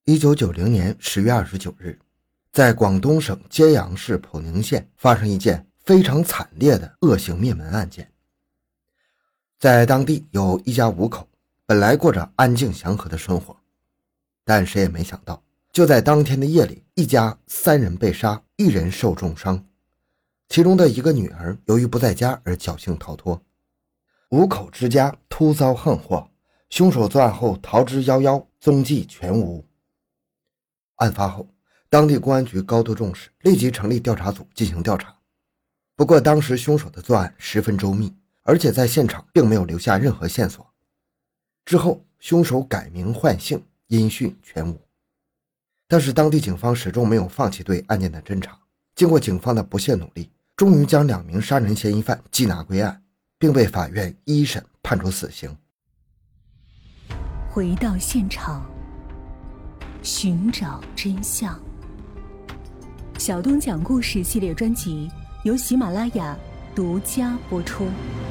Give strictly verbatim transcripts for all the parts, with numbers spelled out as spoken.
一九九零年十月二十九日，在广东省揭阳市普宁县发生一件非常惨烈的恶性灭门案件。在当地有一家五口，本来过着安静祥和的生活，但谁也没想到，就在当天的夜里，一家三人被杀，一人受重伤，其中的一个女儿由于不在家而侥幸逃脱。五口之家突遭横祸，凶手作案后逃之夭夭，踪迹全无。案发后，当地公安局高度重视，立即成立调查组进行调查。不过当时凶手的作案十分周密，而且在现场并没有留下任何线索。之后凶手改名换姓，音讯全无。但是当地警方始终没有放弃对案件的侦查，经过警方的不懈努力，终于将两名杀人嫌疑犯缉拿归案，并被法院一审判处死刑。 回到现场，寻找真相。小东讲故事系列专辑由喜马拉雅独家播出。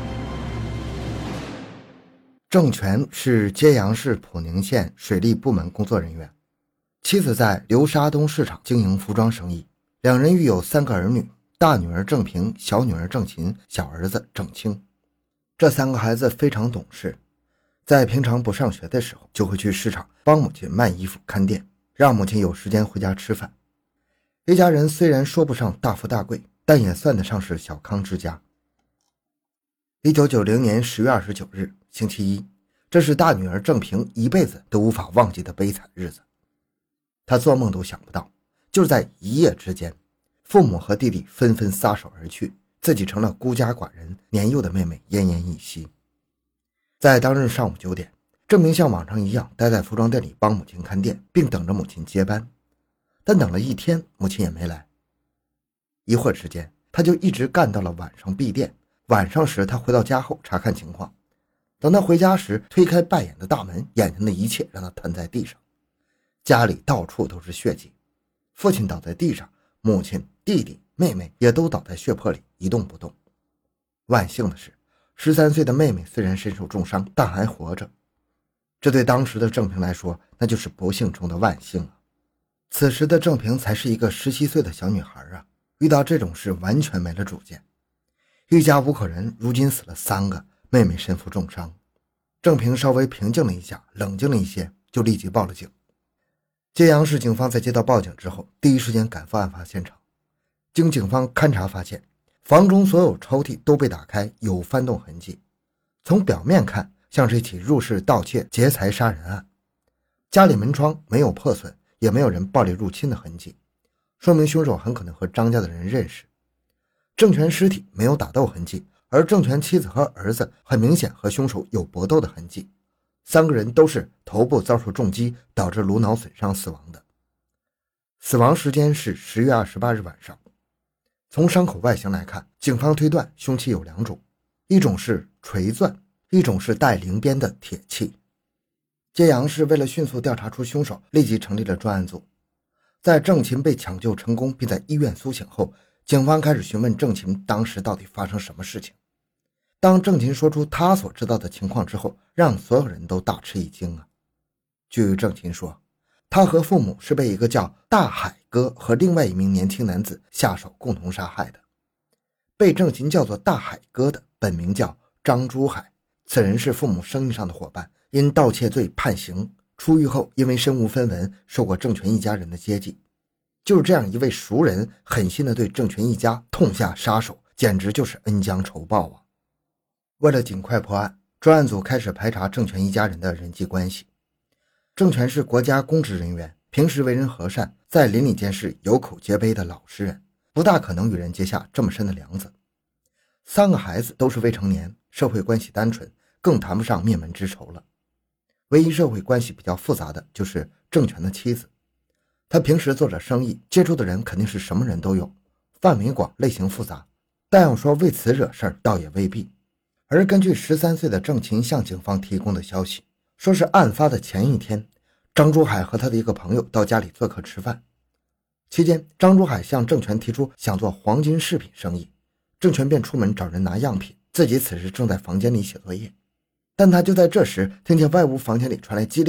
郑全是揭阳市普宁县水利部门工作人员，妻子在流沙东市场经营服装生意，两人育有三个儿女，大女儿郑平，小女儿郑琴，小儿子郑清。这三个孩子非常懂事，在平常不上学的时候，就会去市场帮母亲卖衣服看店，让母亲有时间回家吃饭。一家人虽然说不上大富大贵，但也算得上是小康之家。一九九零年十月二十九日，星期一，这是大女儿郑平一辈子都无法忘记的悲惨日子。她做梦都想不到，就是在一夜之间，父母和弟弟纷纷撒手而去，自己成了孤家寡人，年幼的妹妹奄奄一息。在当日上午九点，郑平像往常一样待在服装店里帮母亲看店，并等着母亲接班。但等了一天，母亲也没来。一会儿之间，他就一直干到了晚上闭店。晚上时，他回到家后查看情况。等他回家时，推开半掩的大门，眼前的一切让他瘫在地上。家里到处都是血迹，父亲倒在地上，母亲、弟弟、妹妹也都倒在血泊里，一动不动。万幸的是，十三岁的妹妹虽然身受重伤，但还活着。这对当时的郑平来说，那就是不幸中的万幸啊。此时的郑平才是一个十七岁的小女孩啊，遇到这种事完全没了主见。一家五口人如今死了三个，妹妹身负重伤。郑平稍微平静了一下，冷静了一些，就立即报了警。揭阳市警方在接到报警之后，第一时间赶赴案发现场。经警方勘查发现，房中所有抽屉都被打开，有翻动痕迹。从表面看，像是一起入室盗窃劫财杀人案。家里门窗没有破损，也没有人暴力入侵的痕迹，说明凶手很可能和张家的人认识。郑全尸体没有打斗痕迹，而郑全妻子和儿子很明显和凶手有搏斗的痕迹，三个人都是头部遭受重击导致颅脑损伤死亡的。死亡时间是十月二十八日晚上。从伤口外形来看，警方推断凶器有两种，一种是锤钻，一种是带鳞边的铁器。揭阳市为了迅速调查出凶手，立即成立了专案组。在郑琴被抢救成功并在医院苏醒后，警方开始询问郑琴当时到底发生什么事情。当郑琴说出他所知道的情况之后，让所有人都大吃一惊啊！据郑琴说，他和父母是被一个叫大海哥和另外一名年轻男子下手共同杀害的。被郑琴叫做大海哥的本名叫张珠海，此人是父母生意上的伙伴，因盗窃罪判刑，出狱后因为身无分文，受过郑全一家人的接济。就是这样一位熟人，狠心地对郑全一家痛下杀手，简直就是恩将仇报啊！为了尽快破案，专案组开始排查郑全一家人的人际关系。郑全是国家公职人员，平时为人和善，在邻里间是有口皆碑的老实人，不大可能与人结下这么深的梁子。三个孩子都是未成年，社会关系单纯，更谈不上灭门之仇了。唯一社会关系比较复杂的就是郑全的妻子。他平时做着生意，接触的人肯定是什么人都有，范围广，类型复杂，但要说为此惹事儿倒也未必。而根据十三岁的郑琴向警方提供的消息，说是案发的前一天，张珠海和他的一个朋友到家里做客吃饭。期间，张珠海向郑全提出想做黄金饰品生意，郑全便出门找人拿样品，自己此时正在房间里写作业。但他就在这时听见外屋房间里传来激烈的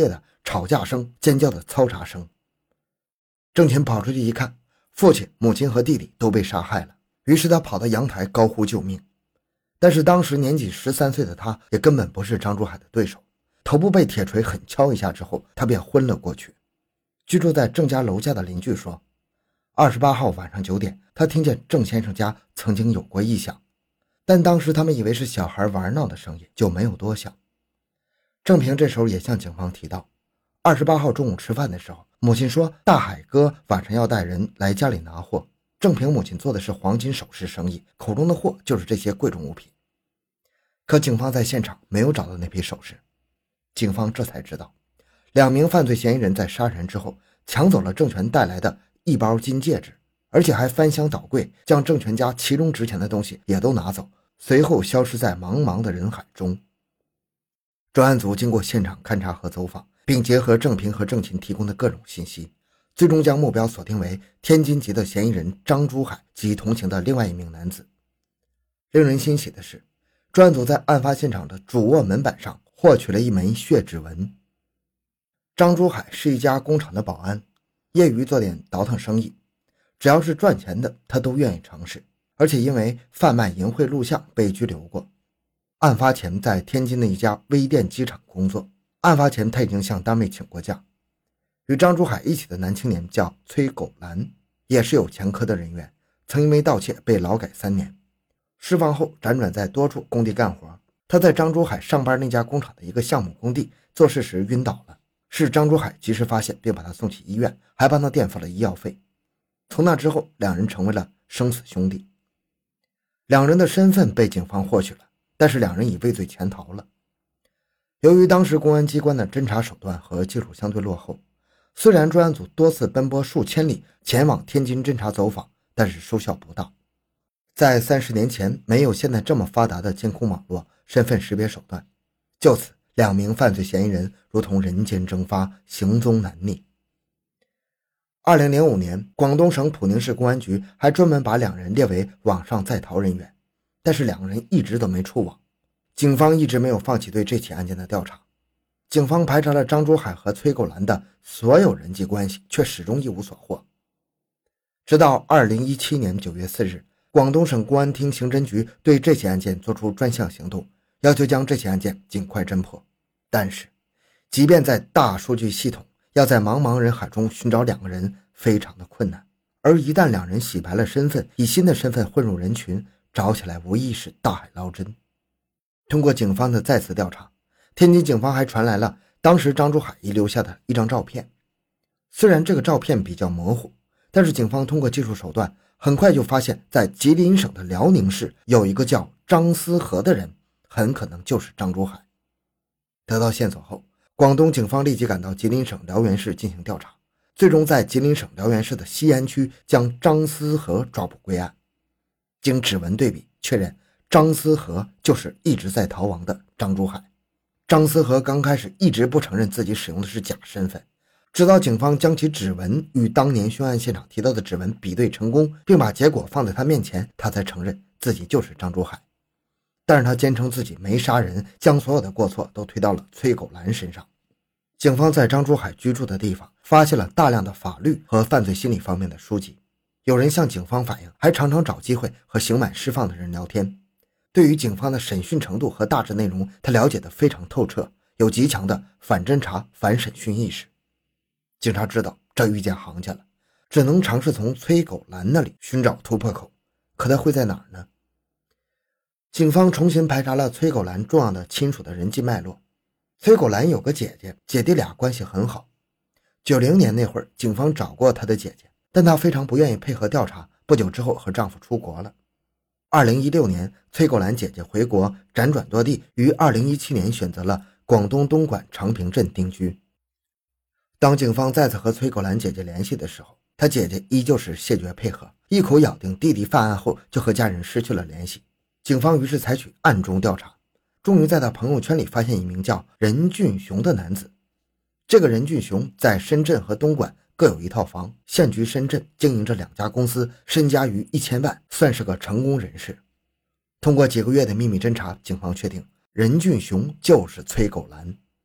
吵架声、尖叫的嘈杂声。郑群跑出去一看，父亲、母亲和弟弟都被杀害了，于是他跑到阳台高呼救命。但是当时年仅十三岁的他也根本不是张珠海的对手，头部被铁锤狠敲一下之后，他便昏了过去。居住在郑家楼下的邻居说，二十八号晚上九点，他听见郑先生家曾经有过异响，但当时他们以为是小孩玩闹的声音，就没有多想。郑平这时候也向警方提到，二十八号中午吃饭的时候，母亲说大海哥晚上要带人来家里拿货，郑平母亲做的是黄金首饰生意，口中的货就是这些贵重物品。可警方在现场没有找到那批首饰，警方这才知道，两名犯罪嫌疑人在杀人之后抢走了郑权带来的一包金戒指，而且还翻箱倒柜，将郑权家其中值钱的东西也都拿走，随后消失在茫茫的人海中。专案组经过现场勘查和走访，并结合郑平和郑琴提供的各种信息，最终将目标锁定为天津籍的嫌疑人张珠海及同行的另外一名男子。令人欣喜的是，专案组在案发现场的主卧门板上获取了一枚血指纹。张珠海是一家工厂的保安，业余做点倒腾生意，只要是赚钱的他都愿意尝试，而且因为贩卖淫秽录像被拘留过。案发前在天津的一家微电机厂工作，案发前他已经向单位请过假。与张珠海一起的男青年叫崔狗兰，也是有前科的人员，曾因为盗窃被劳改三年，释放后辗转在多处工地干活。他在张珠海上班那家工厂的一个项目工地做事时晕倒了，是张珠海及时发现并把他送去医院，还帮他垫付了医药费。从那之后，两人成为了生死兄弟。两人的身份被警方获取了，但是两人已畏罪潜逃了。由于当时公安机关的侦查手段和技术相对落后，虽然专案组多次奔波数千里前往天津侦查走访，但是收效不大。在三十年前没有现在这么发达的监控网络、身份识别手段，就此两名犯罪嫌疑人如同人间蒸发，行踪难觅。二零零五年，广东省普宁市公安局还专门把两人列为网上在逃人员，但是两个人一直都没出网。警方一直没有放弃对这起案件的调查，警方排查了张珠海和崔狗兰的所有人际关系，却始终一无所获。直到二零一七年九月四日，广东省公安厅刑侦局对这起案件作出专项行动，要求将这起案件尽快侦破。但是即便在大数据系统，要在茫茫人海中寻找两个人非常的困难，而一旦两人洗白了身份，以新的身份混入人群，找起来无疑是大海捞针。通过警方的再次调查，天津警方还传来了当时张珠海遗留下的一张照片。虽然这个照片比较模糊，但是警方通过技术手段很快就发现，在吉林省的辽宁市有一个叫张思和的人，很可能就是张珠海。得到线索后，广东警方立即赶到吉林省辽源市进行调查，最终在吉林省辽源市的西安区将张思和抓捕归案。经指纹对比确认，张思和就是一直在逃亡的张珠海。张思和刚开始一直不承认自己使用的是假身份，直到警方将其指纹与当年凶案现场提到的指纹比对成功，并把结果放在他面前，他才承认自己就是张珠海。但是他坚称自己没杀人，将所有的过错都推到了崔狗兰身上。警方在张珠海居住的地方发现了大量的法律和犯罪心理方面的书籍，有人向警方反映，还常常找机会和刑满释放的人聊天。对于警方的审讯程度和大致内容，他了解得非常透彻，有极强的反侦查、反审讯意识。警察知道这遇见行家了，只能尝试从崔狗兰那里寻找突破口，可他会在哪儿呢？警方重新排查了崔狗兰重要的亲属的人际脉络。崔狗兰有个姐姐，姐弟俩关系很好。九零年那会儿，警方找过她的姐姐，但她非常不愿意配合调查，不久之后和丈夫出国了。二零一六年，崔狗兰姐姐回国辗转多地，于二零一七年选择了广东东莞长平镇定居。当警方再次和崔狗兰姐姐联系的时候，她姐姐依旧是谢绝配合，一口咬定弟弟犯案后就和家人失去了联系。警方于是采取暗中调查，终于在他朋友圈里发现一名叫任俊雄的男子。这个任俊雄在深圳和东莞各有一套房，现居深圳，经营着两家公司，身家逾一千万，算是个成功人士。通过几个月的秘密侦查，警方确定任俊雄就是崔狗兰。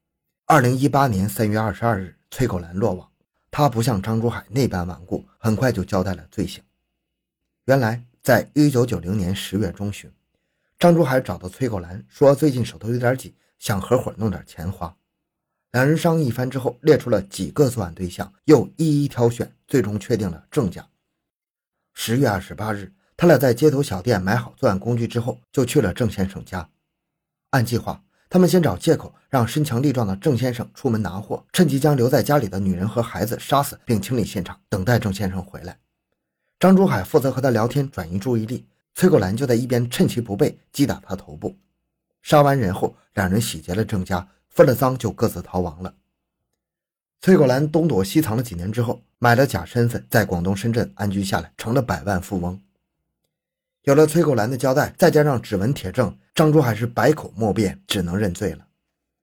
二零一八年三月二十二日，崔口兰落网。他不像张珠海那般顽固，很快就交代了罪行。原来在一九九零年十月中旬，张珠海找到崔口兰说最近手头有点紧，想合伙弄点钱花。两人商议一番之后，列出了几个作案对象，又一一挑选，最终确定了郑家。十月二十八日，他俩在街头小店买好作案工具之后，就去了郑先生家。按计划，他们先找借口让身强力壮的郑先生出门拿货，趁机将留在家里的女人和孩子杀死并清理现场，等待郑先生回来。张珠海负责和他聊天，转移注意力，崔口兰就在一边趁其不备击打他头部。杀完人后，两人洗劫了郑家，分了赃就各自逃亡了。崔口兰东躲西藏了几年之后，买了假身份，在广东深圳安居下来，成了百万富翁。有了崔口兰的交代，再加上指纹铁证，张珠海是百口莫辩，只能认罪了。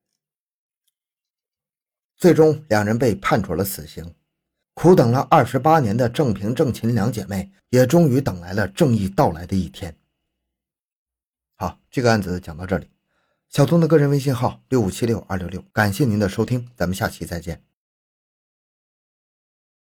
最终两人被判处了死刑。苦等了二十八年的郑平、郑琴两姐妹也终于等来了正义到来的一天。好，这个案子讲到这里。小东的个人微信号六五七六二六六，感谢您的收听，咱们下期再见。